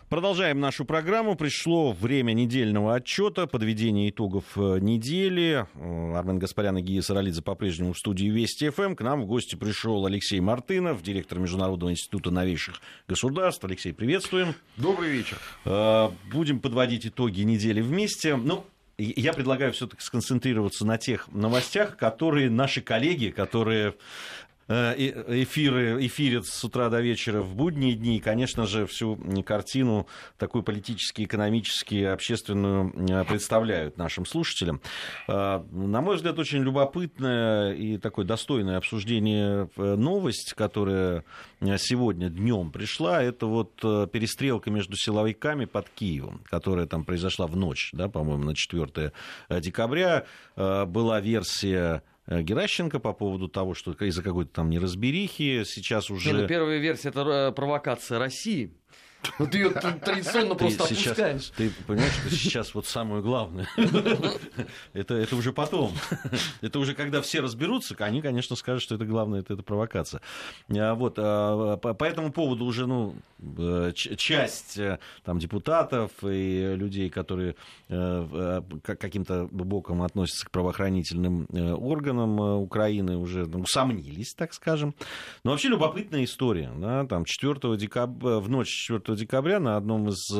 Продолжаем нашу программу. Пришло время недельного отчета, подведения итогов недели. Армен Гаспарян и Гия Саралидзе по-прежнему в студии Вести ФМ. К нам в гости пришел Алексей Мартынов, директор Международного института новейших государств. Алексей, приветствуем. Добрый вечер. Будем подводить итоги недели вместе. Ну, я предлагаю все-таки сконцентрироваться на тех новостях, которые наши коллеги, которые эфирят с утра до вечера в будние дни, и, конечно же, всю картину такую политически, экономически, общественную представляют нашим слушателям. На мой взгляд, очень любопытное и такое достойное обсуждение новость, которая сегодня днем пришла, это вот перестрелка между силовиками под Киевом, которая там произошла в ночь, да, по-моему, на 4 декабря. Была версия Геращенко по поводу того, что из-за какой-то там неразберихи сейчас уже... Первая версия — это провокация России. Ну, ты ее традиционно просто опускаешь. Ты понимаешь, что сейчас вот самое главное. Это уже потом. Это уже когда все разберутся, они, конечно, скажут, что это главное, это провокация. Вот. По этому поводу уже часть там, депутатов и людей, которые каким-то боком относятся к правоохранительным органам Украины, уже усомнились, так скажем. Но вообще любопытная история. Да? Там 4 декабря, в ночь 4 декабря на одном из,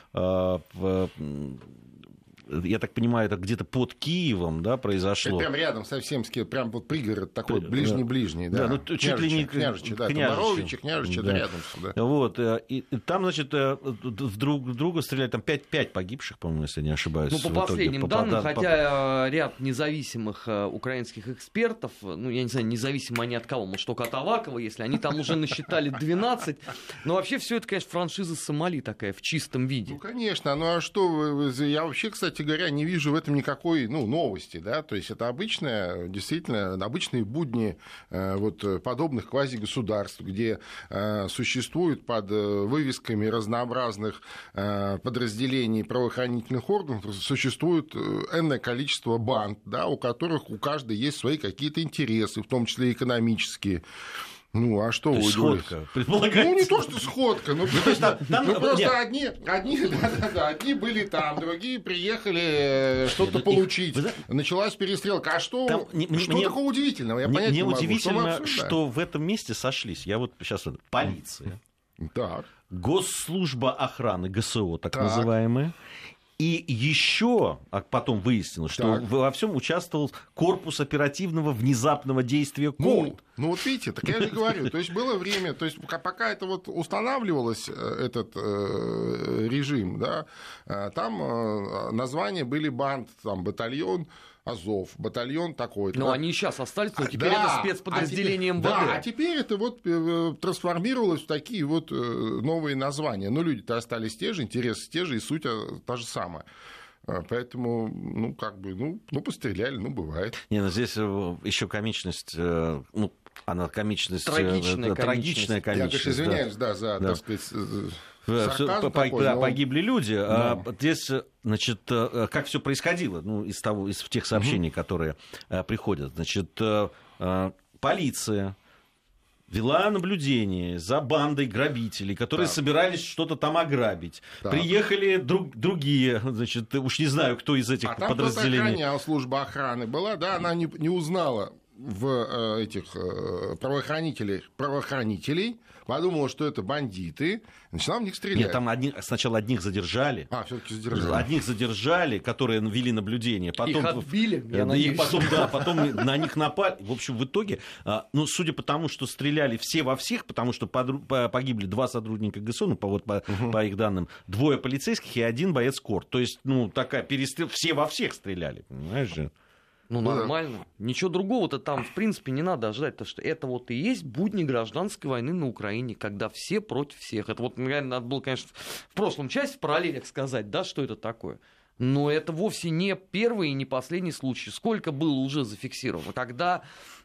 я так понимаю, это где-то под Киевом, да, произошло. Это прям рядом совсем, прям вот пригород такой, ближний-ближний, да. Ну, чуть ли не Княжичи, да, Боровичи, Княжичи, это рядом сюда. Вот, и там, значит, друг друга стреляли, там 5 погибших, по-моему, если не ошибаюсь. Ну, по последним данным, хотя ряд независимых украинских экспертов, ну, я не знаю, независимо они от кого, может, только от Авакова, если они там уже насчитали 12, но вообще все это, конечно, франшиза Сомали такая, в чистом виде. Ну, конечно, ну, а что, я вообще, кстати говоря, не вижу в этом никакой новости, да, то есть это обычные будни вот, подобных квазигосударств, где существуют под вывесками разнообразных подразделений правоохранительных органов, существует энное количество банд, да, у которых у каждой есть свои какие-то интересы, в том числе экономические. Ну, а что вы сходка, предполагается? Ну, не то, что сходка, просто одни были там, другие приехали что-то получить. Началась перестрелка. А что такого удивительного? Я понять не могу. Мне удивительно, что в этом месте сошлись. Я вот сейчас... Полиция. Так. Госслужба охраны, ГСО, так называемая. И еще потом выяснилось, что во всем участвовал корпус оперативного внезапного действия КОРД. Ну вот видите, так я же говорю, то есть было время, то есть пока это вот устанавливалось, этот режим, да, там названия были банд, там батальон Азов, батальон такой-то. Но они сейчас остались, но теперь это спецподразделение МВД. Да, а теперь это вот трансформировалось в такие вот новые названия. Но люди-то остались те же, интересы те же, и суть та же самая. Поэтому, постреляли, бывает. Не, ну здесь еще комичность, она комичность... Трагичная комичность. Я, конечно, извиняюсь, так сказать... Погибли люди. Да. Здесь, значит, как все происходило, из тех сообщений, которые приходят. Значит, полиция вела наблюдение за бандой грабителей, которые собирались что-то там ограбить. Приехали другие, значит, уж не знаю, кто из этих подразделений. Кто-то охранял, служба охраны была, да, она не узнала в этих правоохранителей, подумала, что это бандиты, начала в них стрелять. Нет, там сначала одних задержали. Все-таки задержали. Одних задержали, которые вели наблюдение. Потом, их отбили, потом на них напали. В общем, в итоге, судя по тому, что стреляли все во всех, потому что погибли 2 сотрудника ГСО, по их данным, 2 полицейских и 1 боец КОРД. То есть, такая перестрелка, все во всех стреляли, понимаешь же? Нормально. Ничего другого-то там, в принципе, не надо ожидать, потому что это вот и есть будни гражданской войны на Украине, когда все против всех. Это вот, надо было, конечно, в прошлом части в параллелях сказать, да, что это такое. Но это вовсе не первый и не последний случай. Сколько было уже зафиксировано, когда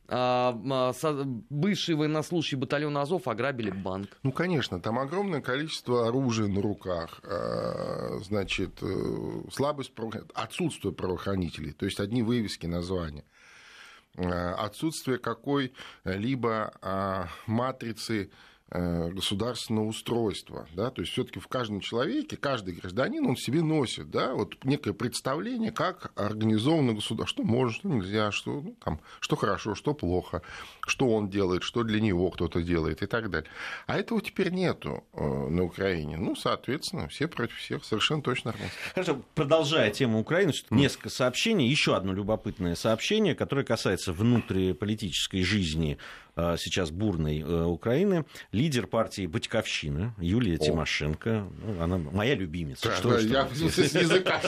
бывшие военнослужащие батальона Азов ограбили банк. Ну, конечно, там огромное количество оружия на руках, значит, отсутствие правоохранителей, то есть одни вывески, названия, отсутствие какой-либо матрицы государственного устройства. Да? То есть все-таки в каждом человеке, каждый гражданин, он в себе носит, да, вот некое представление, как организовано государство, что можно, что нельзя, что, ну, там, что хорошо, что плохо, что он делает, что для него кто-то делает и так далее. А этого теперь нету на Украине. Ну, соответственно, все против всех, совершенно точно. Хорошо, продолжая тему Украины, несколько сообщений. Еще одно любопытное сообщение, которое касается внутриполитической жизни сейчас бурной Украины. Лидер партии «Батьковщина» Юлия Тимошенко. Ну, она моя любимица. Да, что, да, что? Я с языка.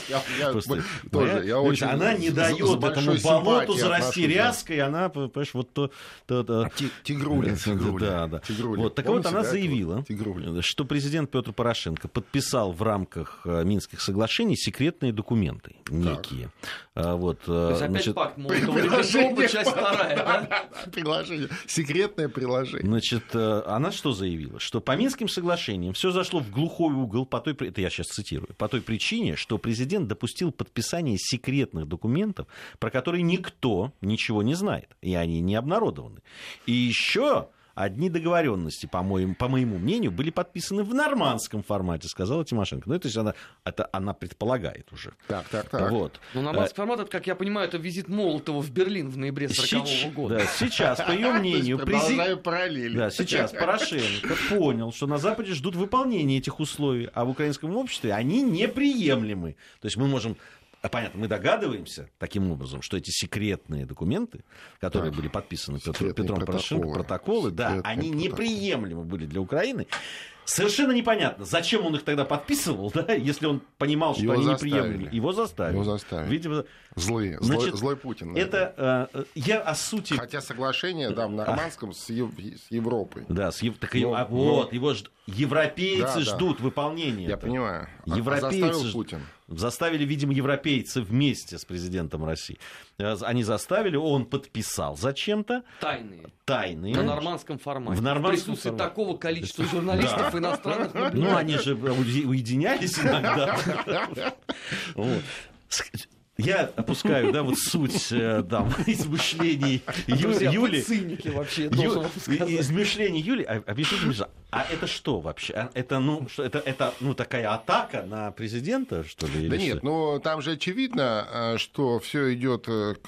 Она не дает этому болоту зарасти ряской. Она, понимаешь, вот то... Тигруля. Да. Вот, так вот, она заявила, что президент Петр Порошенко подписал в рамках Минских соглашений секретные документы некие. Вот, то есть опять пакт Молотова-Риббентропа, часть вторая, да? Приложение. Секретное приложение. Значит, она что заявила? Что по Минским соглашениям все зашло в глухой угол, это я сейчас цитирую, по той причине, что президент допустил подписание секретных документов, про которые никто ничего не знает, и они не обнародованы. И еще одни договоренности, по моему мнению, были подписаны в нормандском формате, сказала Тимошенко. Ну, то есть она предполагает уже. Так. Вот. Ну, нормандский формат, это, как я понимаю, это визит Молотова в Берлин в ноябре 1940 года. Да, сейчас, по ее мнению, сейчас Порошенко понял, что на Западе ждут выполнения этих условий, а в украинском обществе они неприемлемы. То есть мы можем... Понятно, мы догадываемся таким образом, что эти секретные документы, которые были подписаны Петром Порошенко, протоколы, да, они неприемлемы были для Украины. Совершенно непонятно, зачем он их тогда подписывал, да, если он понимал, что они неприемлемы. Его заставили. Видимо, злой Путин. Это я о сути... Хотя соглашение, да, в нормандском с Европой. Да, европейцы ждут выполнения. Я понимаю. Европейцы заставили, видимо, европейцы вместе с президентом России. Они заставили, он подписал зачем-то. Тайные. На нормандском формате. В присутствии такого количества журналистов иностранных. Ну, они же уединялись иногда. Я опускаю, да, вот суть измышлений Юли. Циники вообще. Измышлений Юли. Объясните мне, а это что вообще? Это такая атака на президента, что ли? Да нет, ну там же очевидно, что все идет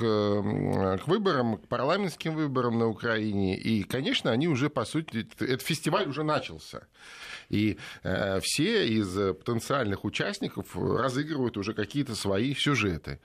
к выборам, к парламентским выборам на Украине. И, конечно, они уже, по сути, этот фестиваль уже начался. И все из потенциальных участников разыгрывают уже какие-то свои сюжеты.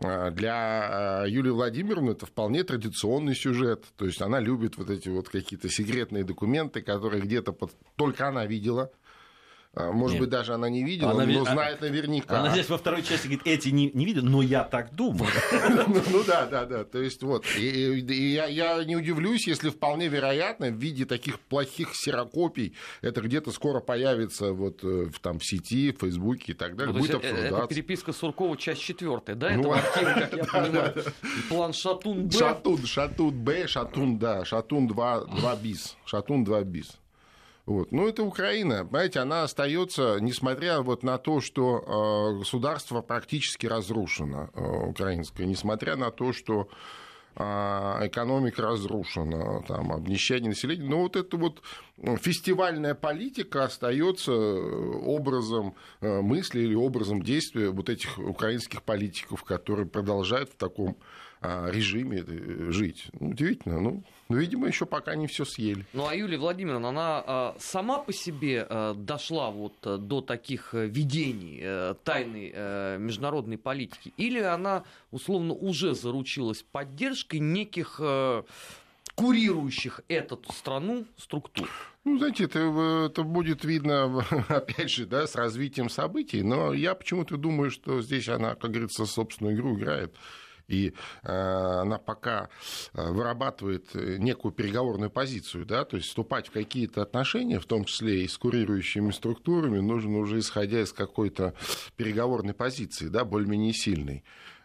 Для Юлии Владимировны это вполне традиционный сюжет. То есть она любит вот эти вот какие-то секретные документы, которые где-то только она видела. Может быть, даже она не видела, но знает наверняка. Она здесь во второй части говорит, эти не видят, но я так думаю. Ну да. То есть вот. И я не удивлюсь, если вполне вероятно в виде таких плохих ксерокопий это где-то скоро появится вот там в сети, в Фейсбуке и так далее. Будет обсуждаться. Это переписка Суркова, часть 4, да? Это архив, как я понимаю. План Шатун-Б. Шатун-Б, Шатун 2 bis. Шатун 2 bis. Вот. Ну, это Украина, понимаете, она остается, несмотря вот на то, что государство практически разрушено, украинское, несмотря на то, что экономика разрушена, там, обнищание населения, но вот эта вот фестивальная политика остается образом мысли или образом действия вот этих украинских политиков, которые продолжают в таком режиме жить. Удивительно, видимо, еще пока не все съели. Ну, а Юлия Владимировна, она сама по себе дошла вот до таких видений тайной международной политики? Или она, условно, уже заручилась поддержкой неких курирующих эту страну структур? Ну, знаете, это будет видно, опять же, да, с развитием событий, но я почему-то думаю, что здесь она, как говорится, собственную игру играет. И она пока вырабатывает некую переговорную позицию, да, то есть вступать в какие-то отношения, в том числе и с курирующими структурами, нужно уже исходя из какой-то переговорной позиции, да, более-менее сильной.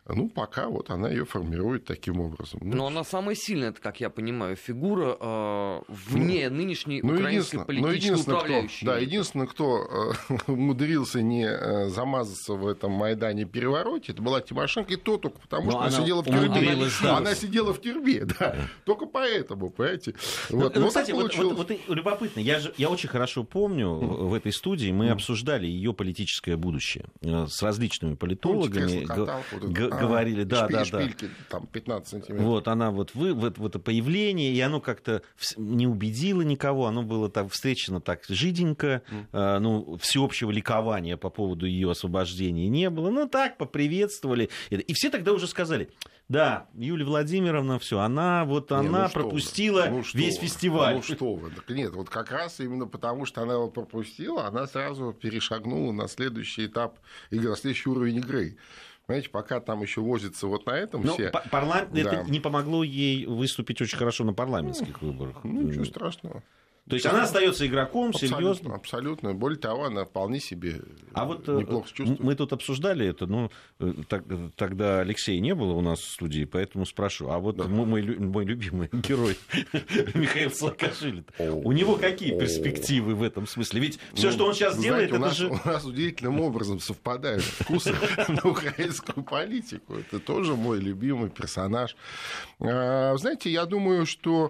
Ну, пока вот она ее формирует таким образом. Но она самая сильная, это, как я понимаю, фигура вне нынешней украинской политической управляющей. Единственное, кто умудрился не замазаться в этом Майдане-перевороте, это была Тимошенко, и то только потому, что она сидела в тюрьме. Она сидела в тюрьме, да. Только поэтому, понимаете. Кстати, вот любопытно. Я очень хорошо помню, в этой студии мы обсуждали ее политическое будущее с различными политологами. Говорили, шпильки, там 15 сантиметров. Вот она в это появление, и оно как-то не убедило никого, оно было так встречено так жиденько, всеобщего ликования по поводу ее освобождения не было, так поприветствовали. И все тогда уже сказали: да, Юлия Владимировна, все, она пропустила весь фестиваль. Ну что вы, нет, вот как раз именно потому, что она его пропустила, она сразу перешагнула на следующий этап игры, на следующий уровень игры. Понимаете, пока там еще возится вот на этом все... Это не помогло ей выступить очень хорошо на парламентских выборах. Ничего страшного. То есть она остается игроком, серьезно? Абсолютно. Более того, она вполне себе неплохо чувствует. Мы тут обсуждали это, тогда Алексея не было у нас в студии, поэтому спрошу. А вот мой любимый герой Михаил Саакашвили, у него какие перспективы в этом смысле? Ведь все, что он сейчас делает, это же... У нас удивительным образом совпадают вкусы на украинскую политику. Это тоже мой любимый персонаж. Знаете, я думаю, что...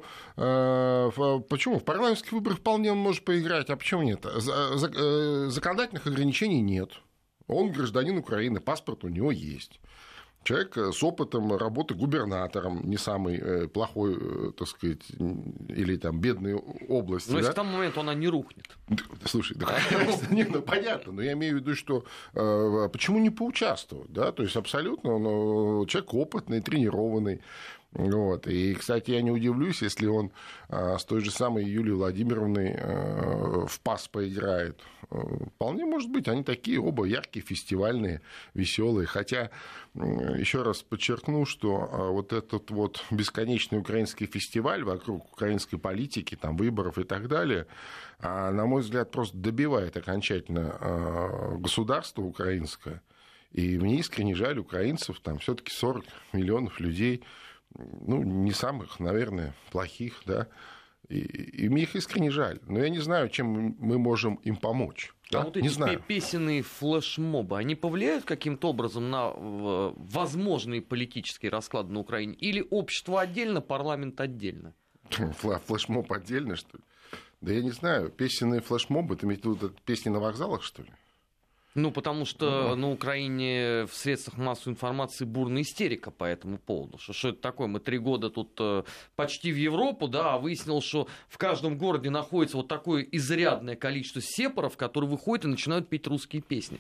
Почему? В парламентских выборах вполне он может поиграть, а почему нет? Законодательных ограничений нет. Он гражданин Украины, паспорт у него есть. Человек с опытом работы губернатором, не самый плохой, так сказать, или там бедной области. Но если в том момент она не рухнет. Слушай, понятно, но я имею в виду, что почему не поучаствовать, да? То есть абсолютно человек опытный, тренированный. Вот. И, кстати, я не удивлюсь, если он с той же самой Юлией Владимировной в ПАС поиграет. Вполне может быть, они такие оба яркие, фестивальные, веселые. Хотя, еще раз подчеркну, что вот этот вот бесконечный украинский фестиваль вокруг украинской политики, там, выборов и так далее, на мой взгляд, просто добивает окончательно государство украинское. И мне искренне жаль украинцев, там все-таки 40 миллионов людей, не самых, наверное, плохих, да, и мне их искренне жаль. Но я не знаю, чем мы можем им помочь. Да? А вот эти песенные флешмобы, они повлияют каким-то образом на возможные политические расклады на Украине? Или общество отдельно, парламент отдельно? Флешмоб отдельно, что ли? Да я не знаю. Песенные флешмобы, ты имеешь в виду песни на вокзалах, что ли? Потому что на Украине в средствах массовой информации бурная истерика по этому поводу. Что это такое? Мы 3 года тут почти в Европу, да, а выяснилось, что в каждом городе находится вот такое изрядное количество сепаров, которые выходят и начинают петь русские песни.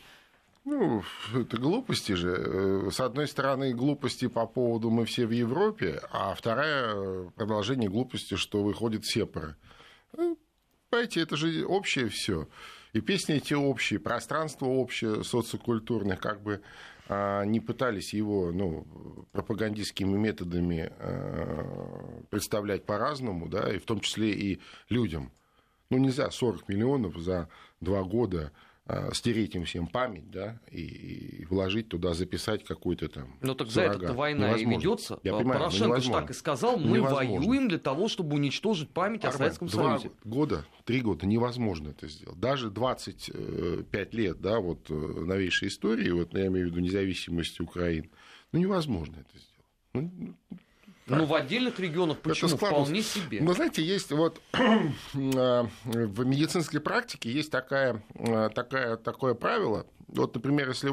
Это глупости же. С одной стороны, глупости по поводу «мы все в Европе», а вторая продолжение глупости, что выходят сепары. Понимаете, это же общее все. И песни эти общие, пространство общее, социокультурное, как бы не пытались его пропагандистскими методами представлять по-разному, да, и в том числе и людям. Нельзя 40 миллионов за 2 года стереть им всем память, да, и вложить туда, записать какой-то там... так за это война и ведется. Порошенко же так и сказал, мы воюем для того, чтобы уничтожить память о Советском Союзе. 3 года невозможно это сделать. Даже 25 лет, да, вот новейшей истории, вот я имею в виду независимости Украины, невозможно это сделать. В отдельных регионах почему? Вполне себе. Знаете, есть вот в медицинской практике есть такое правило. Вот, например, если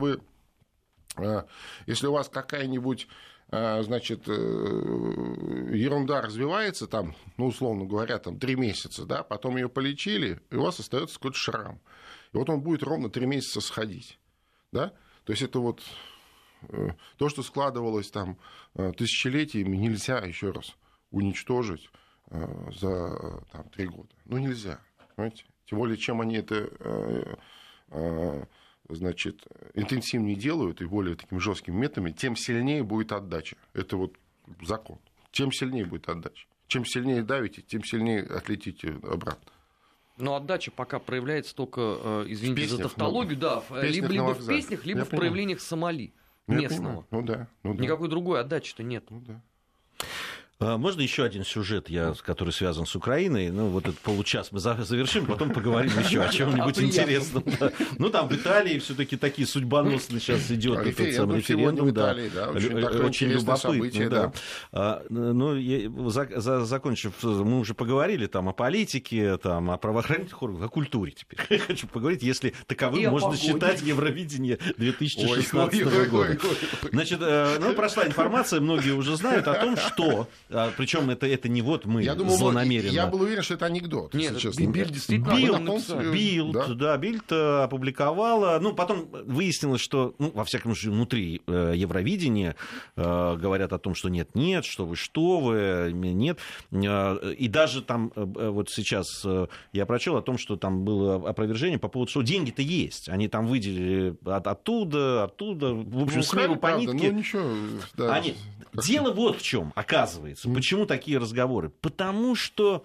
у вас какая-нибудь, значит, ерунда развивается, там, условно говоря, 3 месяца, да, потом ее полечили, и у вас остается какой-то шрам. И вот он будет ровно 3 месяца сходить. Да? То есть это вот... То, что складывалось там тысячелетиями, нельзя еще раз уничтожить за 3 года. Нельзя. Понимаете? Тем более, чем они это значит, интенсивнее делают и более такими жесткими методами, тем сильнее будет отдача. Это вот закон. Тем сильнее будет отдача. Чем сильнее давите, тем сильнее отлетите обратно. Но отдача пока проявляется только, извините за тавтологию, либо в песнях, либо в проявлениях Сомали. местного. Ну да. Никакой другой отдачи-то нет. Ну да. Можно еще один сюжет, который связан с Украиной? Ну, вот этот получас мы завершим, потом поговорим еще о чем-нибудь интересном. Да. Ну, там в Италии все-таки такие судьбоносные сейчас идет этот самый референдум. Да. Очень любопытно. Да. Ну, закончив, мы уже поговорили там о политике, там, о правоохранительных органах, о культуре теперь. Хочу поговорить, если таковым можно считать Евровидение 2016 года. Значит, прошла информация, многие уже знают о том, что... Причем это не вот мы злонамеренно. Я был уверен, что это анекдот. Нет, Бильд действительно Бильд опубликовала. Ну, потом выяснилось, что, во всяком случае, внутри Евровидения говорят о том, что нет, что вы, нет. И даже там, вот сейчас я прочел о том, что там было опровержение по поводу, что деньги-то есть. Они там выделили оттуда. В общем, с миру по нитке. Дело вот в чем, оказывается. Почему такие разговоры? Потому что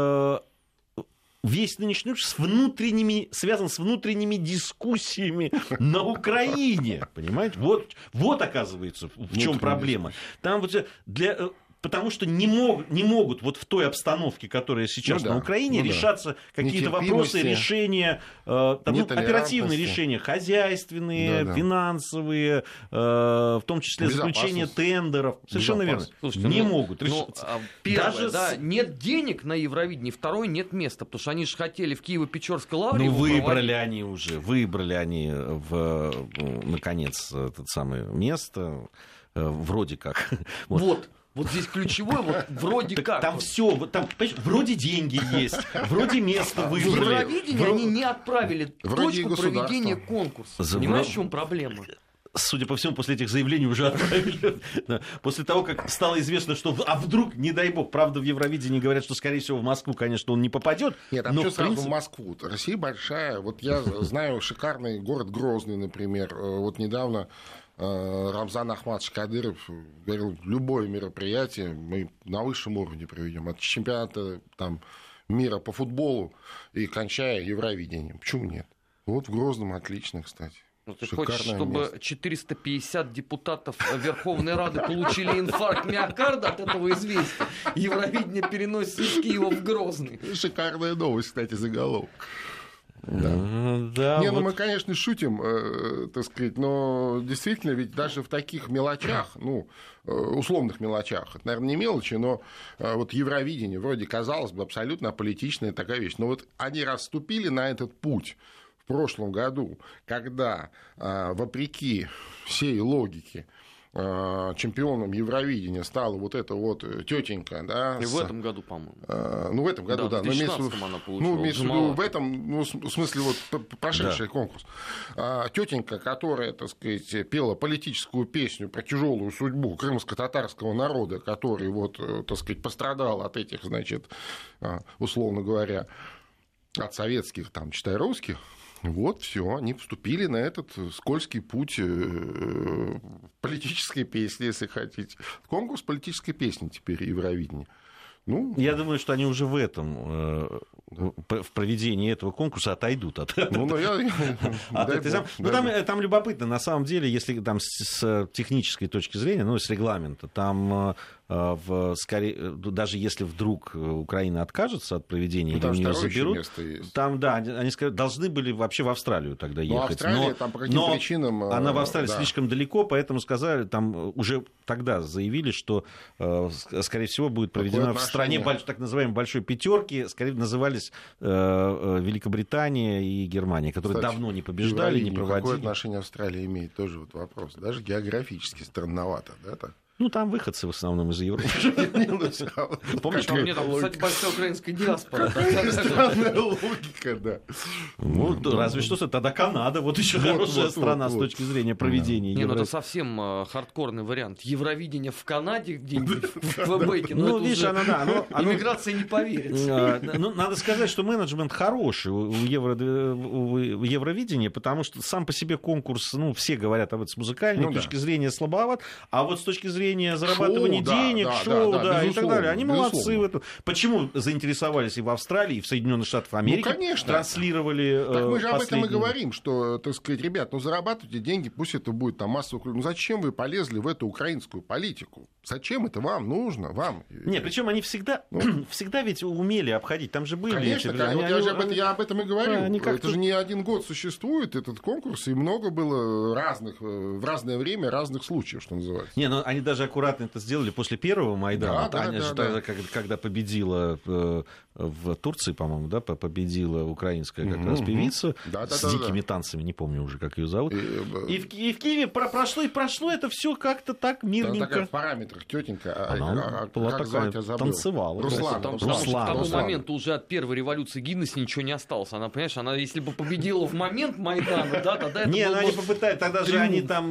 весь нынешний ущерб связан с внутренними дискуссиями на Украине. Понимаете? Вот оказывается, в чем проблема. Там вот потому что не могут вот в той обстановке, которая сейчас на Украине, решаться какие-то вопросы, решения, оперативные решения, хозяйственные, финансовые, в том числе заключение тендеров. Совершенно верно. Слушайте, не могут решаться. Первое, нет денег на Евровидении, второе, нет места, потому что они же хотели в Киево-Печорской лавре. Выбрали они наконец, это самое место, вроде как. Вот здесь ключевое, вроде как. Там все, вроде деньги есть, вроде место выбрали. В Евровидении они не отправили точку проведения конкурса. Понимаешь, в чем проблема? Судя по всему, после этих заявлений уже отправили. После того, как стало известно, что вдруг, не дай бог, правда, в Евровидении говорят, что, скорее всего, в Москву, конечно, он не попадет. Нет, что сразу в Москву? Россия большая. Вот я знаю шикарный город Грозный, например. Вот недавно Рамзан Ахматович Кадыров говорил, любое мероприятие мы на высшем уровне проведем. От чемпионата мира по футболу и кончая Евровидением. Почему нет? Вот в Грозном отлично, кстати. Ты хочешь, чтобы 450 депутатов Верховной Рады получили инфаркт миокарда от этого известия? Евровидение переносится из Киева в Грозный. Шикарная новость, кстати, заголовок. Да, мы, конечно, шутим, так сказать, но действительно, ведь даже в таких мелочах, условных мелочах, это, наверное, не мелочи, но вот Евровидение, вроде, казалось бы, абсолютно аполитичная такая вещь, но вот они расступили на этот путь в прошлом году, когда, вопреки всей логике, чемпионом Евровидения стала вот эта вот тетенька, да. И в этом году, по-моему. В этом году, да. В 2016 она получила. В этом, в смысле, вот прошедший конкурс. Тетенька, которая, так сказать, пела политическую песню про тяжелую судьбу крымско-татарского народа, который, вот, так сказать, пострадал от этих, значит, условно говоря, от советских, читай, русских. Вот, все, они вступили на этот скользкий путь политической песни, если хотите. Конкурс политической песни теперь Евровидение. Я думаю, что они уже в проведении этого конкурса отойдут от этого. Там любопытно, на самом деле, если там с технической точки зрения, с регламента, там даже если вдруг Украина откажется от проведения, или ее заберут, там, они должны были вообще в Австралию тогда ехать. Австралия, там по каким причинам... Она в Австралии слишком далеко, поэтому сказали, там уже тогда заявили, что, скорее всего, будет проведена в стране так называемой большой пятерки, скорее назывались Великобритания и Германия, которые давно не побеждали, не проводили. Какое отношение Австралия имеет, тоже вот вопрос. Даже географически странновато, да, так? Там выходцы в основном из Европы. Помнишь, кстати, большая украинская диаспора. Странная логика, да. Разве что тогда Канада, вот еще хорошая страна с точки зрения проведения. Это совсем хардкорный вариант. Евровидение в Канаде где-нибудь в Квебеке. Видишь, иммиграция не поверит. Надо сказать, что менеджмент хороший у Евровидения, потому что сам по себе конкурс, все говорят об этом с музыкальной точки зрения слабоват, а вот с точки зрения зрения зарабатывания денег, шоу, и так далее. Они молодцы в этом. Почему заинтересовались и в Австралии, и в Соединенных Штатах Америки? Конечно. Транслировали так мы же об этом и говорим, что, так сказать, ребят, зарабатывайте деньги, пусть это будет там массово. Зачем вы полезли в эту украинскую политику? Зачем это вам нужно? Вам? Нет, причем они всегда ведь умели обходить. Там же были... Конечно, я об этом и говорю. Это же не один год существует, этот конкурс, и много было в разное время разных случаев, что называется. Не, они даже аккуратно это сделали после первого Майдана. Когда победила в Турции, по-моему, победила украинская как раз певица с дикими танцами, не помню уже, как ее зовут. И в Киеве прошло это все как-то так мирненько. Такая в параметрах тетенька. Она была такая, танцевала. Руслан. К тому моменту уже от первой революции гидности ничего не осталось. Она, понимаешь, если бы победила в момент Майдана, тогда это не, она не попытается. Тогда же они там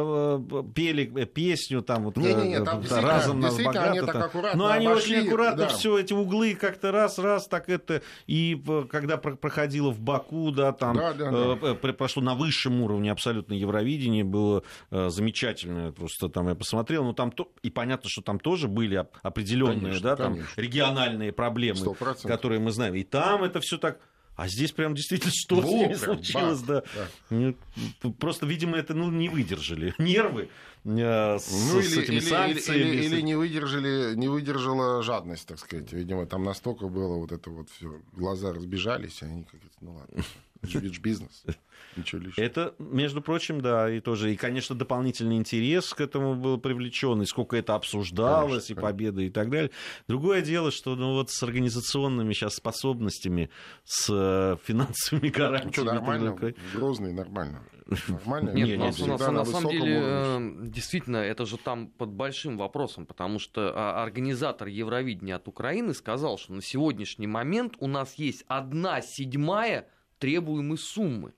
пели песню, там разом нас богато. Но они очень аккуратно все эти углы как-то раз, так это. И когда проходило в Баку, прошло на высшем уровне абсолютно Евровидение, было замечательно. Просто там я посмотрел, но там и понятно, что там тоже были определенные региональные проблемы, 100%. которые мы знаем. И там это все так. А здесь прям действительно что с ними случилось, да. Просто, видимо, это не выдержали нервы с этими санкциями. Или не выдержала жадность, так сказать. Видимо, там настолько было все, глаза разбежались, и они ладно, это же бизнес. Ничего лишнего. Это, между прочим, и конечно, дополнительный интерес к этому был привлечен, и сколько это обсуждалось, конечно, победы и так далее. Другое дело, что с организационными сейчас способностями, с финансовыми гарантиями... Нормально? Грозный, нормально. Нет, на самом деле, действительно, это же там под большим вопросом, потому что организатор Евровидения от Украины сказал, что на сегодняшний момент у нас есть 1/7 требуемой суммы.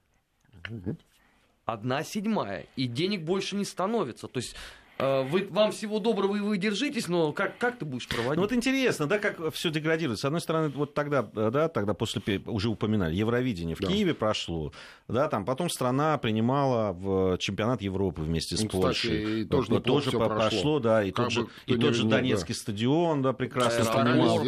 1/7. И денег больше не становится. То есть вам всего доброго, и вы держитесь, но как ты будешь проводить? Интересно, как все деградирует. С одной стороны, тогда после, уже упоминали, Евровидение в Киеве прошло, потом страна принимала в чемпионат Европы вместе с Польшей. Тоже прошло, и тот же Донецкий стадион, прекрасно принимал.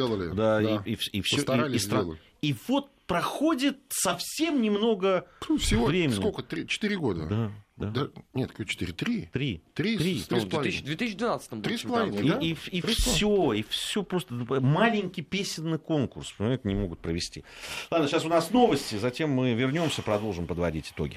И проходит совсем немного времени. Сколько? 4 года? Да. Нет, какое 4? 3. 3. В 2012 году. 3,5. И все просто маленький песенный конкурс, понимаете, не могут провести. Ладно, сейчас у нас новости, затем мы вернемся, продолжим подводить итоги.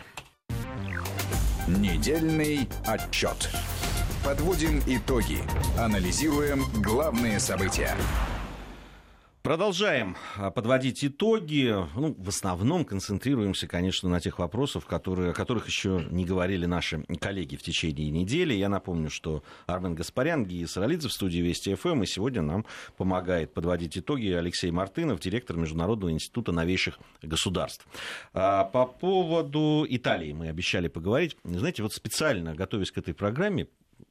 Недельный отчет. Подводим итоги. Анализируем главные события. Продолжаем подводить итоги. В основном концентрируемся, конечно, на тех вопросах, о которых еще не говорили наши коллеги в течение недели. Я напомню, что Армен Гаспарян, Гия Саралидзе в студии Вести ФМ, и сегодня нам помогает подводить итоги Алексей Мартынов, директор Международного института новейших государств. По поводу Италии мы обещали поговорить. Знаете, специально, готовясь к этой программе,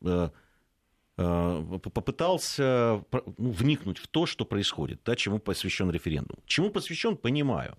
попытался вникнуть в то, что происходит, чему посвящен референдум. Чему посвящен, понимаю.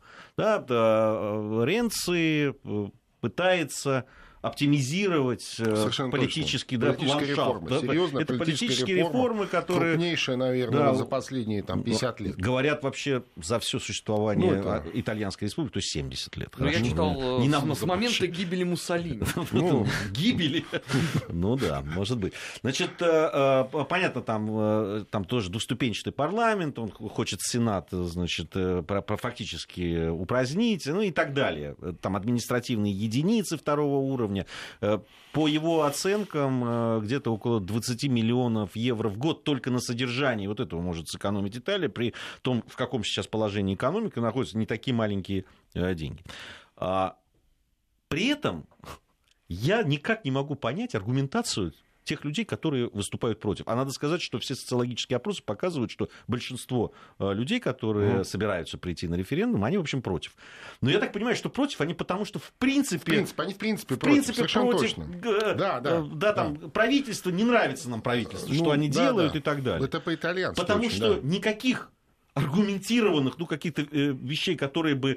Ренци пытается оптимизировать политический ландшафт. Это политические реформы, которые... Крупнейшие, наверное, за последние 50 лет. Говорят вообще за все существование Итальянской республики, то есть 70 лет. Я читал с момента гибели Муссолини. Гибели? Может быть. Значит, понятно, там тоже двуступенчатый парламент, он хочет Сенат, значит, фактически упразднить, и так далее. Там административные единицы второго уровня. По его оценкам, где-то около 20 миллионов евро в год только на содержании вот этого может сэкономить Италия, при том, в каком сейчас положении экономика находится, не такие маленькие деньги. При этом я никак не могу понять аргументацию тех людей, которые выступают против. А надо сказать, что все социологические опросы показывают, что большинство людей, которые собираются прийти на референдум, они, в общем, против. Но я так понимаю, что против они потому, что в принципе против. Точно. Правительство, не нравится нам правительство, что они делают и так далее. Это по-итальянски. Потому что никаких аргументированных, каких-то вещей, которые бы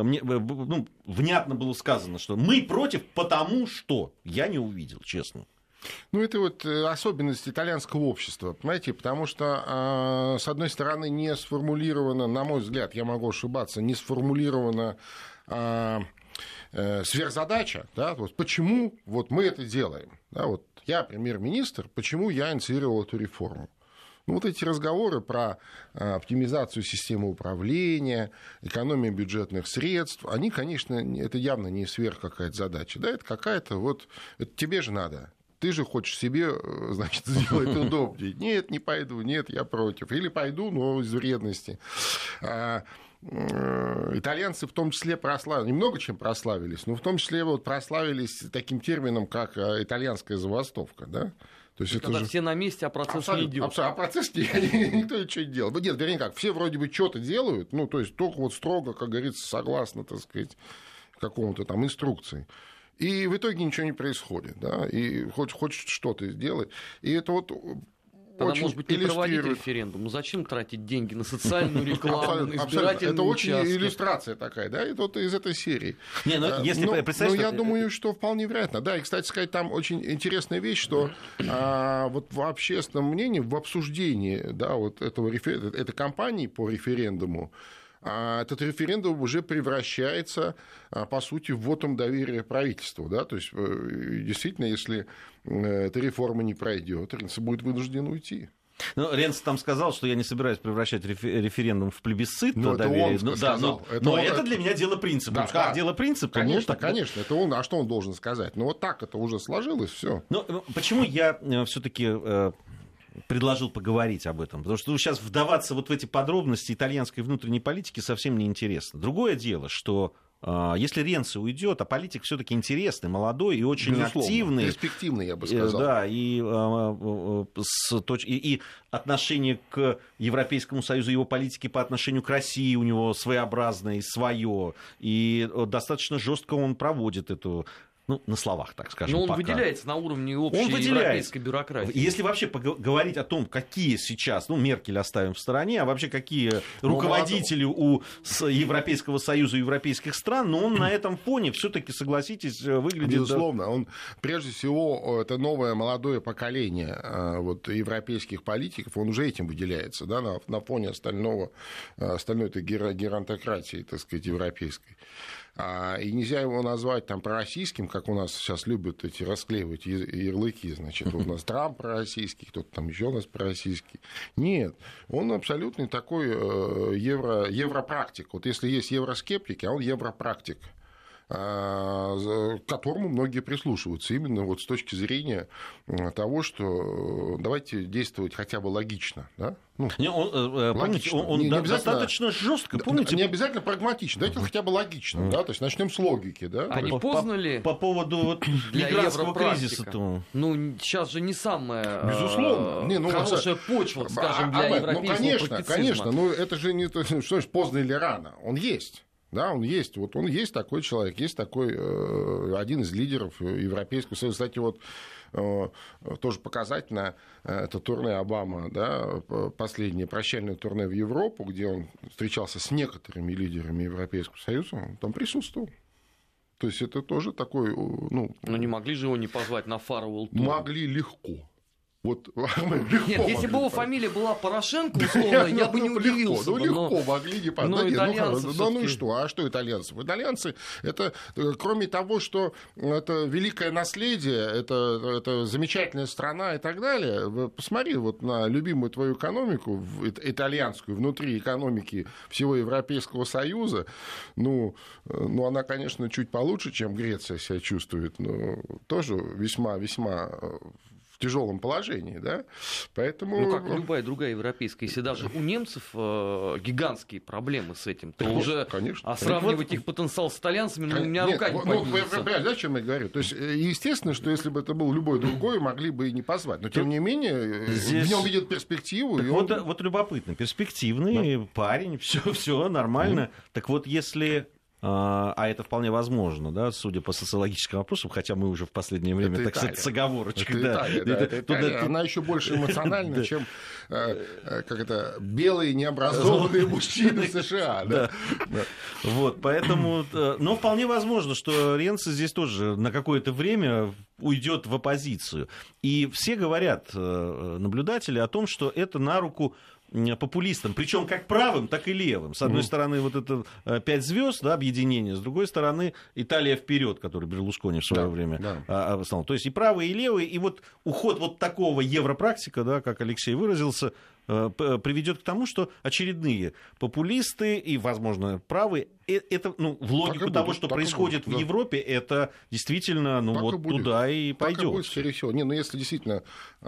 внятно было сказано, что мы против, потому что я не увидел, честно. Ну, это вот особенность итальянского общества, понимаете, потому что, с одной стороны, не сформулировано, на мой взгляд, я могу ошибаться, не сформулирована сверхзадача, да, вот почему вот мы это делаем, да, вот я премьер-министр, почему я инициировал эту реформу. Ну, вот эти разговоры про оптимизацию системы управления, экономию бюджетных средств, они, конечно, это явно не сверх какая-то задача, да, это какая-то вот, это тебе же надо. Ты же хочешь себе, значит, сделать удобнее. Нет, не пойду, нет, я против. Или пойду, но из вредности. Итальянцы в том числе прославились, немного чем прославились, но в том числе вот прославились таким термином, как итальянская забастовка, да? То есть когда это все на месте, а процесс не идет. А процесс никто ничего не делает. Нет, вернее как, все вроде бы что-то делают, ну, то есть только вот строго, как говорится, согласно, так сказать, какому-то там инструкции. И в итоге ничего не происходит, да, и хочет что-то сделать. И это вот тогда, очень может быть, не проводить референдум. Ну, зачем тратить деньги на социальную рекламу, на избирательные это очень участки? Иллюстрация такая, да, и вот из этой серии. Не, ну, если но я думаю, что вполне вероятно. Да, и, кстати сказать, там очень интересная вещь, что вот в общественном мнении, в обсуждении, да, вот этой кампании по референдуму, этот референдум уже превращается, по сути, в вотум доверия правительству. Да? То есть, действительно, если эта реформа не пройдет, Ренц будет вынужден уйти. Ну, Ренц там сказал, что я не собираюсь превращать референдум в плебисцит. Но это он сказал. Это для меня дело принципа. Да, как дело принципа? Конечно, конечно, это он. А что он должен сказать? Ну, вот так это уже сложилось, все. Ну, почему я все-таки предложил поговорить об этом, потому что сейчас вдаваться вот в эти подробности итальянской внутренней политики совсем неинтересно. Другое дело, что если Ренци уйдет, а политик все-таки интересный, молодой и очень активный. Перспективный, я бы сказал. Да, и отношение к Европейскому Союзу, его политики по отношению к России у него своеобразное, свое, и достаточно жестко он проводит эту... Ну, на словах, так скажем. Но он выделяется на уровне общей европейской бюрократии. Если вообще говорить о том, какие сейчас, ну, Меркель оставим в стороне, а вообще какие руководители у Европейского Союза и европейских стран, но он на этом фоне все-таки, согласитесь, выглядит... Безусловно, он, прежде всего, это новое молодое поколение вот, европейских политиков, он уже этим выделяется, да, на фоне остальной этой геронтократии, так сказать, европейской. И нельзя его назвать там пророссийским, как у нас сейчас любят эти расклеивать ярлыки. Значит, у нас Трамп пророссийский, кто-то там еще у нас пророссийский. Нет, он абсолютный такой европрактик. Вот если есть евроскептики, а он европрактик, к которому многие прислушиваются именно вот с точки зрения того, что давайте действовать хотя бы логично. Да? Ну, он достаточно жестко, помните? Не обязательно прагматично, давайте хотя бы логично. Да? То есть начнем с логики. Да? А не поздно ли по поводу мигрантского кризиса? Ну, сейчас же не самая хорошая почва, скажем, для европейского практицизма. Конечно, но это же не то, что значит поздно или рано. Он есть. Да, он есть. Вот он есть такой человек, есть такой один из лидеров Европейского Союза. Кстати, вот тоже показательно это турне Обама, да, последнее прощальное турне в Европу, где он встречался с некоторыми лидерами Европейского Союза, он там присутствовал. То есть это тоже такой... Ну, но не могли же его не позвать на Фарвелл тур? Могли легко. Вот, нет, если бы его фамилия была Порошенко, условно, я бы не удивился. Легко могли не позвать. Ну и что? А что итальянцы? Итальянцы, это, кроме того, что это великое наследие, это замечательная страна и так далее, посмотри вот на любимую твою экономику, итальянскую, внутри экономики всего Европейского Союза, ну она, конечно, чуть получше, чем Греция себя чувствует, но тоже весьма-весьма... в тяжелом положении, да, поэтому... Ну, как любая другая европейская, если даже у немцев гигантские проблемы с этим, то уже сравнивать их потенциал с итальянцами, у меня рука не поднимется. Понимаете, о чем я говорю? То есть, естественно, что если бы это был любой другой, могли бы и не позвать, но, тем не менее, в нем видят перспективу. Вот любопытно, перспективный парень, все нормально. Так вот, если а это вполне возможно, да, судя по социологическим опросам, хотя мы уже в последнее время, это так сказать, с оговорочкой. Это Италия. Она еще больше эмоциональна, чем белые необразованные мужчины США. Вот, поэтому, но вполне возможно, что Ренци здесь тоже на какое-то время уйдет в оппозицию. И все говорят, наблюдатели, о том, что это на руку популистам, причем как правым, так и левым. С одной стороны, вот это 5 звезд, да, объединение, с другой стороны, Италия вперед, который Берлускони в свое время основал. То есть и правые, и левые, и вот уход вот такого европрактика, да, как Алексей выразился, приведет к тому, что очередные популисты и, возможно, правые, это, в логику того, что происходит в Европе, это действительно, туда и пойдет. Так и будет, скорее всего. Если действительно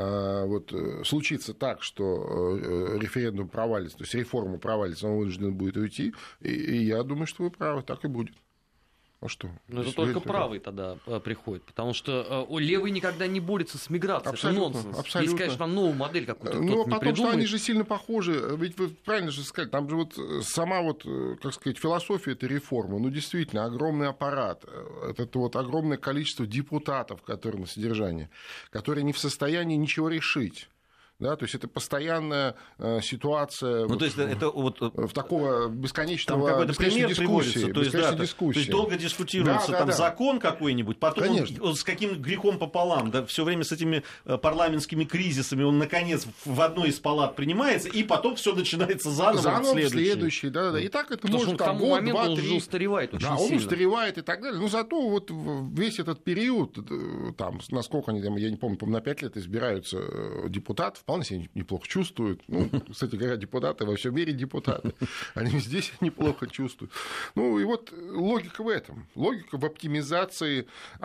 случится так, что референдум провалится, то есть реформа провалится, он вынужден будет уйти, и я думаю, что вы правы, так и будет. А что? Но это только правый тогда приходит, потому что левый никогда не борется с миграцией. Абсолютно, это нонсенс. Абсолютно. Есть, конечно, там новую модель какую-то кто-то не придумает. Что они же сильно похожи. Ведь вы правильно же сказали, там же сама философия этой реформы, действительно, огромный аппарат, это огромное количество депутатов, которые на содержании, которые не в состоянии ничего решить. Да, то есть это постоянная ситуация то есть это в такого бесконечного дискуссии. То есть долго дискутируется закон какой-нибудь, потом он с каким грехом пополам, да, все время с этими парламентскими кризисами он наконец в одной из палат принимается, и потом все начинается заново в следующий. И так это может там год, момент, 2, 3. Он уже устаревает очень сильно. Он устаревает и так далее. Но зато весь этот период, там, насколько они, я не помню, на 5 лет избираются депутаты, вполне себя неплохо чувствуют. Кстати говоря, депутаты во всем мире депутаты. Они здесь неплохо чувствуют. И логика в этом. Логика в оптимизации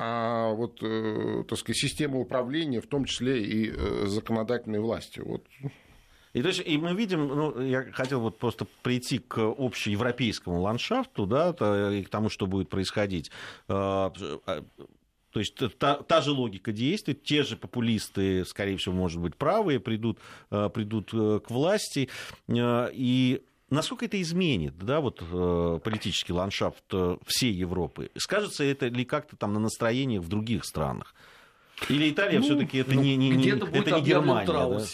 так сказать, системы управления, в том числе и законодательной власти. И мы видим, я хотел просто прийти к общеевропейскому ландшафту, да, и к тому, что будет происходить. То есть та же логика действует, те же популисты, скорее всего, может быть, правые, придут к власти. И насколько это изменит, да, политический ландшафт всей Европы? Скажется это ли как-то там на настроениях в других странах? Или Италия все-таки это не Германия?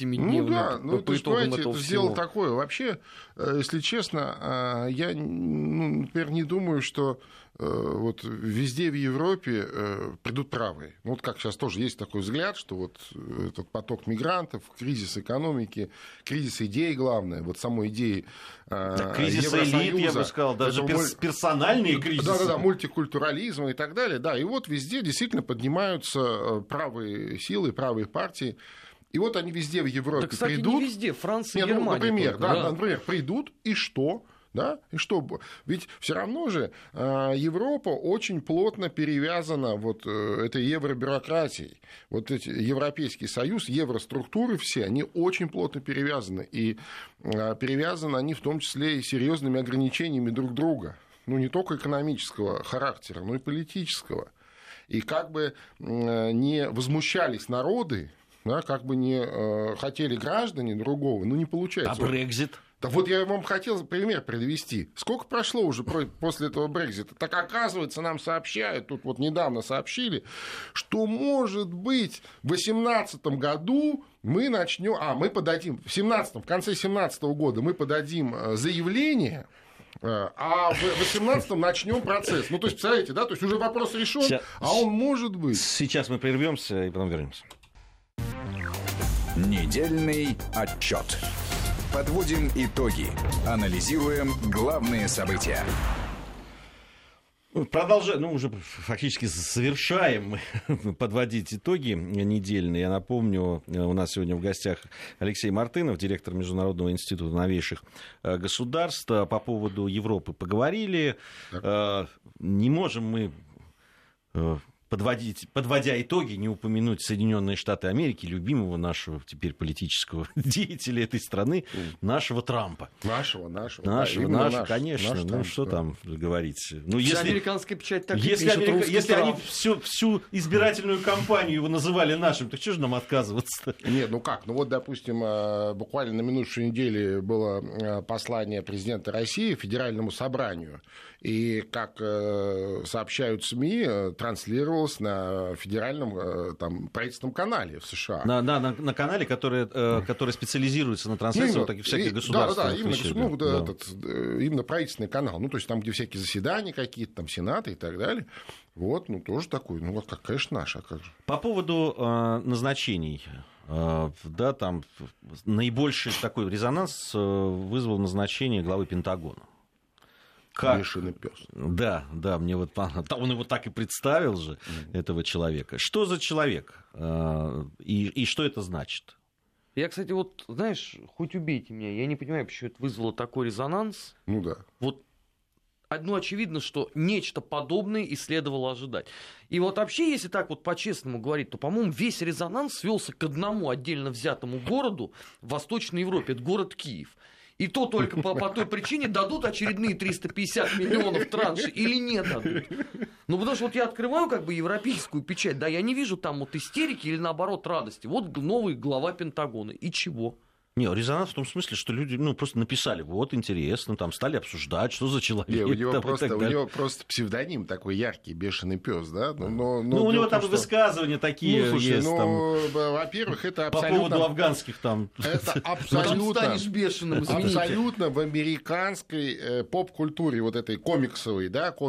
То есть, давайте это сделать такое. Вообще, если честно, я, например, не думаю, что везде в Европе придут правые. Как сейчас тоже есть такой взгляд, что этот поток мигрантов, кризис экономики, кризис идей, главное, самой идеи кризис элит, я бы сказал, даже персональные кризисы. Да, мультикультурализм и так далее. Да, и везде действительно поднимаются правые силы, правые партии. И они везде в Европе кстати, придут. Не везде, Франция и Германия. Например, придут, и что? Да? И что? Ведь все равно же Европа очень плотно перевязана этой евробюрократией. Эти Европейский Союз, евроструктуры все, они очень плотно перевязаны. И перевязаны они в том числе и серьезными ограничениями друг друга. Не только экономического характера, но и политического. И как бы не возмущались народы, да, как бы не хотели граждане другого, не получается. А Брексит? Да я вам хотел пример привести. Сколько прошло уже после этого Брексита? Так оказывается, нам сообщают, тут недавно сообщили, что, может быть, в 2018 году мы начнем, мы подадим, в конце 2017 года мы подадим заявление, а в 2018-м начнем процесс. То есть, представляете, да, то есть уже вопрос решен, а он может быть. Сейчас мы прервемся и потом вернемся. Недельный отчет. Подводим итоги. Анализируем главные события. Продолжаем, уже фактически завершаем подводить итоги недельные. Я напомню, у нас сегодня в гостях Алексей Мартынов, директор Международного института новейших государств. По поводу Европы поговорили. Не можем мы, подводя итоги, не упомянуть Соединенные Штаты Америки, любимого нашего теперь политического деятеля этой страны, нашего Трампа. Нашего, конечно. Наш что там говорить? Если американская печать так если они всю избирательную кампанию его называли нашим, то что же нам отказываться-то? Нет, допустим, буквально на минувшей неделе было послание президента России Федеральному собранию. и, как сообщают СМИ, транслировалось на федеральном там, правительственном канале в США. На канале, который специализируется на трансляции вот таких всяких государственных вещей. Именно правительственный канал. Ну, то есть там, где всякие заседания какие-то, там Сената и так далее. Вот, ну, тоже такой, ну, вот, конечно, наш, а как же. По поводу назначений. Да, там наибольший такой резонанс вызвал назначение главы Пентагона. Бешеный пес. Да, мне вот он его так и представил же, этого человека. Что за человек? И что это значит? Я, кстати, вот, знаешь, хоть убейте меня, я не понимаю, почему это вызвало такой резонанс. Ну да. Вот одно очевидно, что нечто подобное и следовало ожидать. И вот вообще, если так вот по-честному говорить, то, по-моему, весь резонанс свелся к одному отдельно взятому городу в Восточной Европе. Это город Киев. И то только по той причине, дадут очередные 350 миллионов траншей или не дадут. Ну, потому что вот я открываю как бы европейскую печать, да, я не вижу там вот истерики или наоборот радости. Вот новый глава Пентагона. И чего? Не, резонанс в том смысле, что люди просто написали, вот интересно, там стали обсуждать, что за человек. У него просто псевдоним такой яркий, бешеный пес, да? У него там высказывания такие есть. Во-первых, это абсолютно... По поводу афганских там... Это абсолютно в американской поп-культуре, вот этой комиксовой,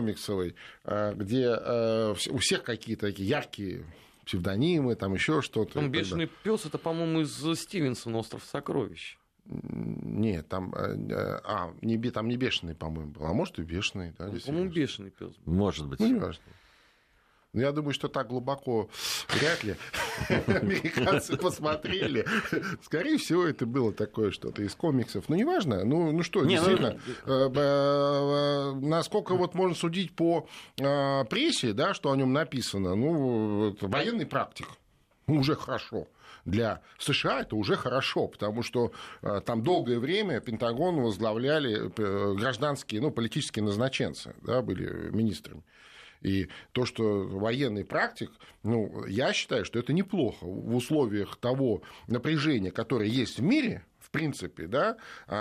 где у всех какие-то такие яркие... псевдонимы, там еще что-то. Там «Бешеный пес» это, по-моему, из Стивенсона «Остров сокровищ». Нет, там не «Бешеный», по-моему, был. А может, и «Бешеный». Да, по-моему, «Бешеный пес». Может быть. Ну, не важно. Я думаю, что так глубоко вряд ли американцы посмотрели. Скорее всего, это было такое что-то из комиксов. Ну, неважно. Ну что, действительно, насколько вот можно судить по прессе, да, что о нем написано, военный практик. Уже хорошо. Для США это уже хорошо, потому что там долгое время Пентагон возглавляли гражданские, политические назначенцы, да, были министрами. И то, что военный практик, я считаю, что это неплохо в условиях того напряжения, которое есть в мире, в принципе, да,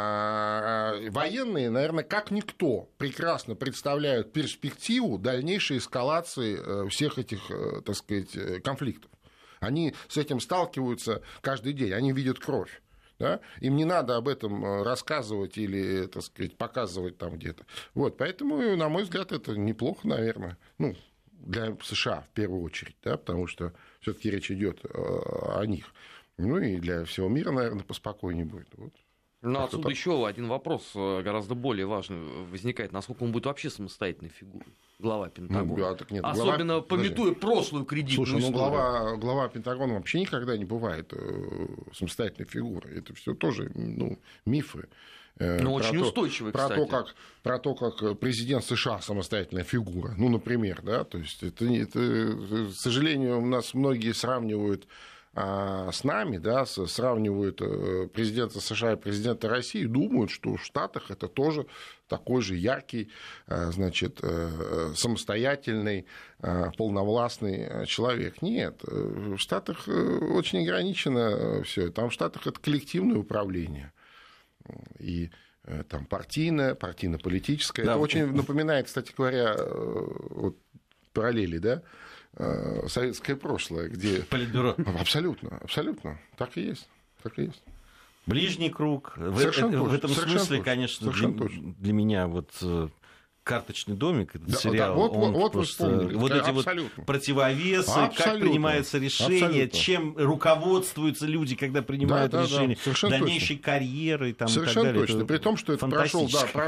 военные, наверное, как никто прекрасно представляют перспективу дальнейшей эскалации всех этих, так сказать, конфликтов. Они с этим сталкиваются каждый день, они видят кровь. Да? Им не надо об этом рассказывать или, так сказать, показывать там где-то. Вот, поэтому, на мой взгляд, это неплохо, наверное. Для США в первую очередь, да, потому что все-таки речь идет о них. И для всего мира, наверное, поспокойнее будет. Вот. Отсюда еще один вопрос, гораздо более важный, возникает. Насколько он будет вообще самостоятельной фигурой? Глава Пентагона. Особенно пометуя прошлую кредитную историю. Глава Пентагона вообще никогда не бывает самостоятельной фигурой. Это все тоже мифы. Но очень устойчивый, кстати. Про то, как президент США самостоятельная фигура. Например, да. То есть это, к сожалению, у нас многие сравнивают с нами, да, сравнивают президента США и президента России, думают, что в Штатах это тоже такой же яркий, значит, самостоятельный, полновластный человек. Нет, в Штатах очень ограничено все. Там в Штатах это коллективное управление. И там партийно-политическое. Да. Это очень напоминает, кстати говоря, параллели, да, советское прошлое, где... Политбюро. Абсолютно. Так и есть. Ближний круг. В этом смысле, конечно, для меня «Карточный домик», этот сериал, вот вы вспомнили. Вот эти противовесы, как принимаются решения, чем руководствуются люди, когда принимают решения, дальнейшей карьерой там, совершенно и так далее. Точно. При том, что это прошел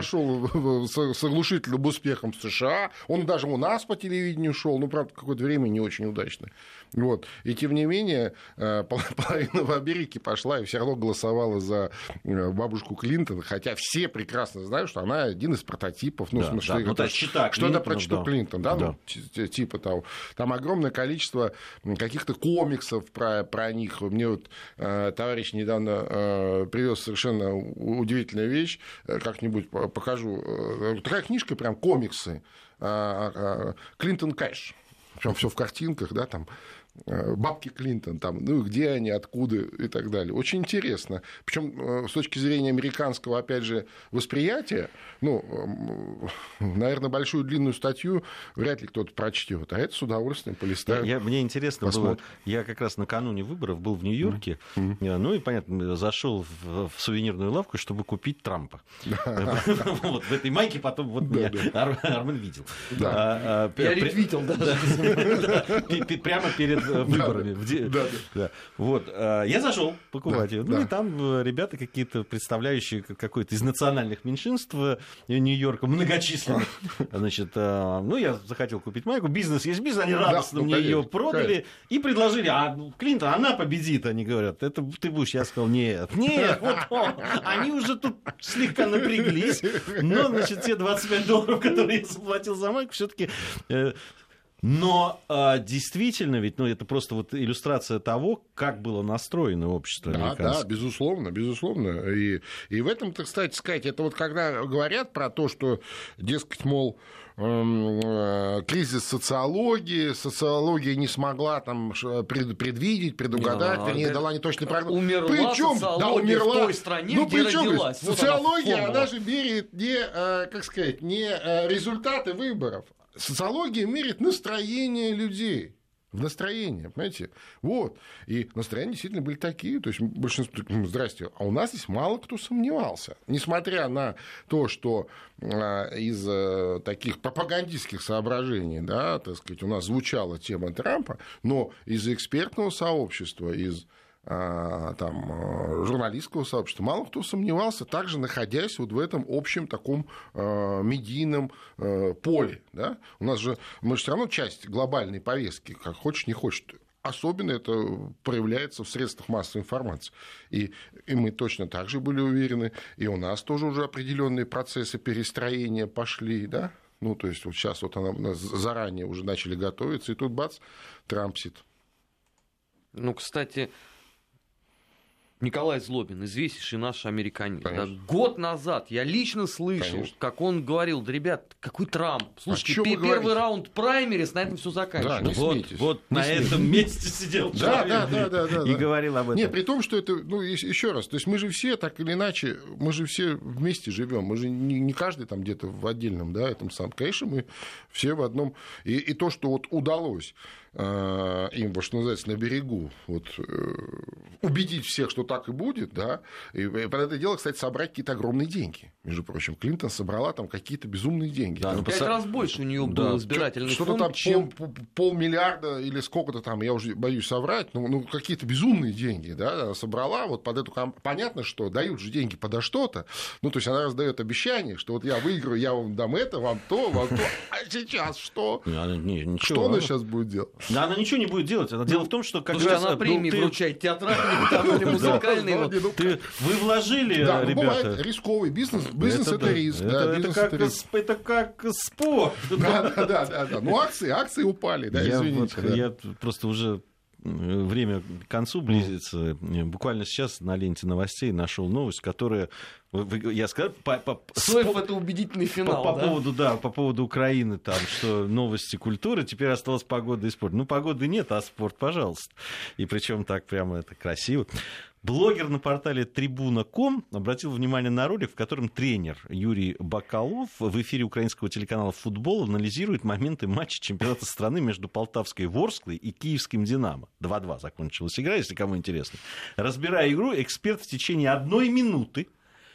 с оглушительным успехом в США, он даже у нас по телевидению шел, правда, какое-то время не очень удачно. Вот. И тем не менее, половина в Америке пошла и все равно голосовала за бабушку Клинтон, хотя все прекрасно знают, что она один из прототипов. Что это прочитал Клинтон, да? Типа того. Там огромное количество каких-то комиксов про них. Мне товарищ недавно привез совершенно удивительную вещь, как-нибудь покажу. Такая книжка, прям комиксы. Клинтон Кэш. причем все в картинках, да, там бабки Клинтон, там, ну, где они, откуда и так далее. Очень интересно. Причем с точки зрения американского, опять же, восприятия, ну, наверное, большую длинную статью вряд ли кто-то прочтет, а это с удовольствием полистают. Мне интересно было, я как раз накануне выборов был в Нью-Йорке, ну и, понятно, зашел в сувенирную лавку, чтобы купить Трампа. Вот, в этой майке потом вот меня Армен видел. Я ретвитил даже. Прямо перед выборами. Вот. Я зашел покупать ее. Ну и там ребята какие-то, представляющие какое-то из национальных меньшинств Нью-Йорка, многочисленных. Значит, ну я захотел купить майку. Бизнес есть бизнес. Они радостно мне ее продали и предложили. А Клинтон, она победит, они говорят. Это ты будешь? Я сказал, нет, вот он. Они уже тут слегка напряглись. Но, значит, те $25, которые я заплатил за майку, все-таки. Но действительно, ведь это просто вот иллюстрация того, как было настроено общество американское. Да, безусловно, безусловно. И в этом-то, кстати сказать, это вот когда говорят про то, что, дескать, мол, кризис социология не смогла там предвидеть, предугадать, вернее, дала неточный прогноз. Умерла социология в той стране, где родилась. Социология, она же меряет не результаты выборов. Социология меряет настроение людей. В настроение, понимаете? Вот. И настроения действительно были такие. То есть большинство... Здрасте. А у нас здесь мало кто сомневался. Несмотря на то, что из таких пропагандистских соображений, да, так сказать, у нас звучала тема Трампа, но из экспертного сообщества, из журналистского сообщества, мало кто сомневался, также находясь вот в этом общем таком медийном поле. Да? Мы же все равно часть глобальной повестки, как хочешь, не хочешь. Особенно это проявляется в средствах массовой информации. И мы точно так же были уверены, и у нас тоже уже определенные процессы перестроения пошли, да? Ну, то есть вот сейчас вот она заранее уже начали готовиться, и тут бац, Трамп сидит. Ну, кстати, Николай Злобин, известнейший наш американец. Да, год назад я лично слышал, как он говорил: да, ребят, какой Трамп? Слушайте, первый раунд праймерис, на этом все заканчивается. Да, вот на этом месте сидел человек и говорил об этом. Нет, при том, что это, еще раз, то есть мы же все так или иначе, мы же все вместе живем, мы же не каждый там где-то в отдельном, да, этом самом, конечно, мы все в одном. И то, что вот удалось им, что называется, на берегу вот, убедить всех, что так и будет, да, и под это дело, кстати, собрать какие-то огромные деньги. Между прочим, Клинтон собрала там какие-то безумные деньги. Да, 5 раз больше у нее был избирательный фонд, что-то там полмиллиарда или сколько-то там, я уже боюсь соврать, какие-то безумные деньги, да, она собрала вот под эту кампанию. Понятно, что дают же деньги подо что-то, то есть она раздает обещание, что вот я выиграю, я вам дам это, вам то, а сейчас что? Что она сейчас будет делать? Да, она ничего не будет делать. Дело в том, что как раз... она премии вручает театральные или музыкальные. Вы вложили, ребята. Бывает рисковый бизнес. Бизнес это риск. Это как спорт. Да. Ну, акции упали, да, извините. Я просто уже... Время к концу близится. Буквально сейчас на ленте новостей нашел новость, которая, я сказал, Соев это убедительный финал. По поводу Украины, там, что новости культуры, теперь осталась погода и спорт. Погоды нет, а спорт, пожалуйста. И причем так прямо это красиво. Блогер на портале Трибуна.ком обратил внимание на ролик, в котором тренер Юрий Бакалов в эфире украинского телеканала «Футбол» анализирует моменты матча чемпионата страны между Полтавской Ворсклой и Киевским «Динамо». 2-2 закончилась игра, если кому интересно. Разбирая игру, эксперт в течение 1 минуты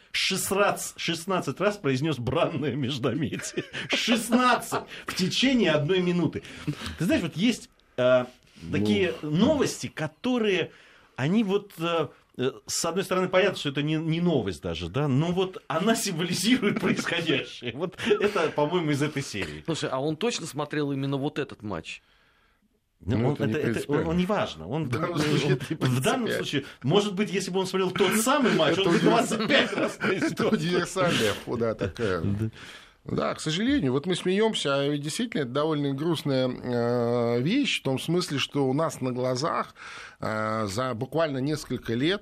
16 раз произнес бранное междометие. 16 в течение 1 минуты. Ты знаешь, вот есть такие новости, которые... Они вот, с одной стороны, понятно, что это не новость даже, да, но вот она символизирует происходящее. Вот это, по-моему, из этой серии. Слушай, а он точно смотрел именно вот этот матч? Он не важно. В данном случае, может быть, если бы он смотрел тот самый матч, он бы 25 раз произнес. Это универсальная худа такая. Да, к сожалению, вот мы смеемся, а ведь действительно это довольно грустная вещь, в том смысле, что у нас на глазах за буквально несколько лет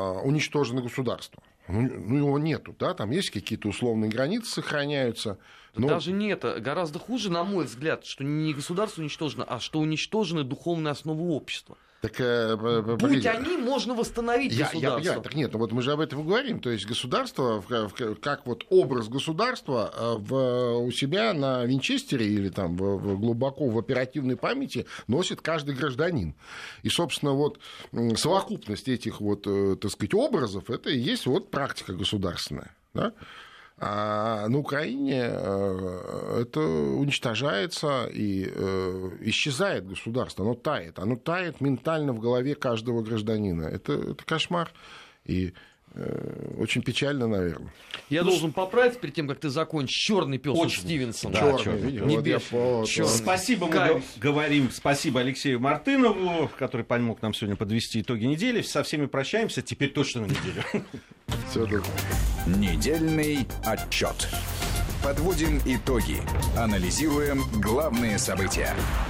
уничтожено государство. Его нету, да, там есть какие-то условные границы, сохраняются, Даже не это. Гораздо хуже, на мой взгляд, что не государство уничтожено, а что уничтожены духовные основы общества. Так, будь они, можно восстановить государство. Я понимаю, так нет, вот мы же об этом и говорим. То есть государство, как вот образ государства у себя на винчестере или там глубоко в оперативной памяти носит каждый гражданин. И, собственно, вот совокупность этих вот, так сказать, образов, это и есть вот практика государственная. Да? А на Украине это уничтожается и исчезает государство, оно тает ментально в голове каждого гражданина. Это кошмар и очень печально, наверное. Я должен поправить перед тем, как ты закончишь. Черный пес у Стивенсона. Да, черный. Спасибо, мы говорим. Спасибо Алексею Мартынову, который помог нам сегодня подвести итоги недели. Со всеми прощаемся. Теперь точно на неделю. Недельный отчет. Подводим итоги. Анализируем главные события.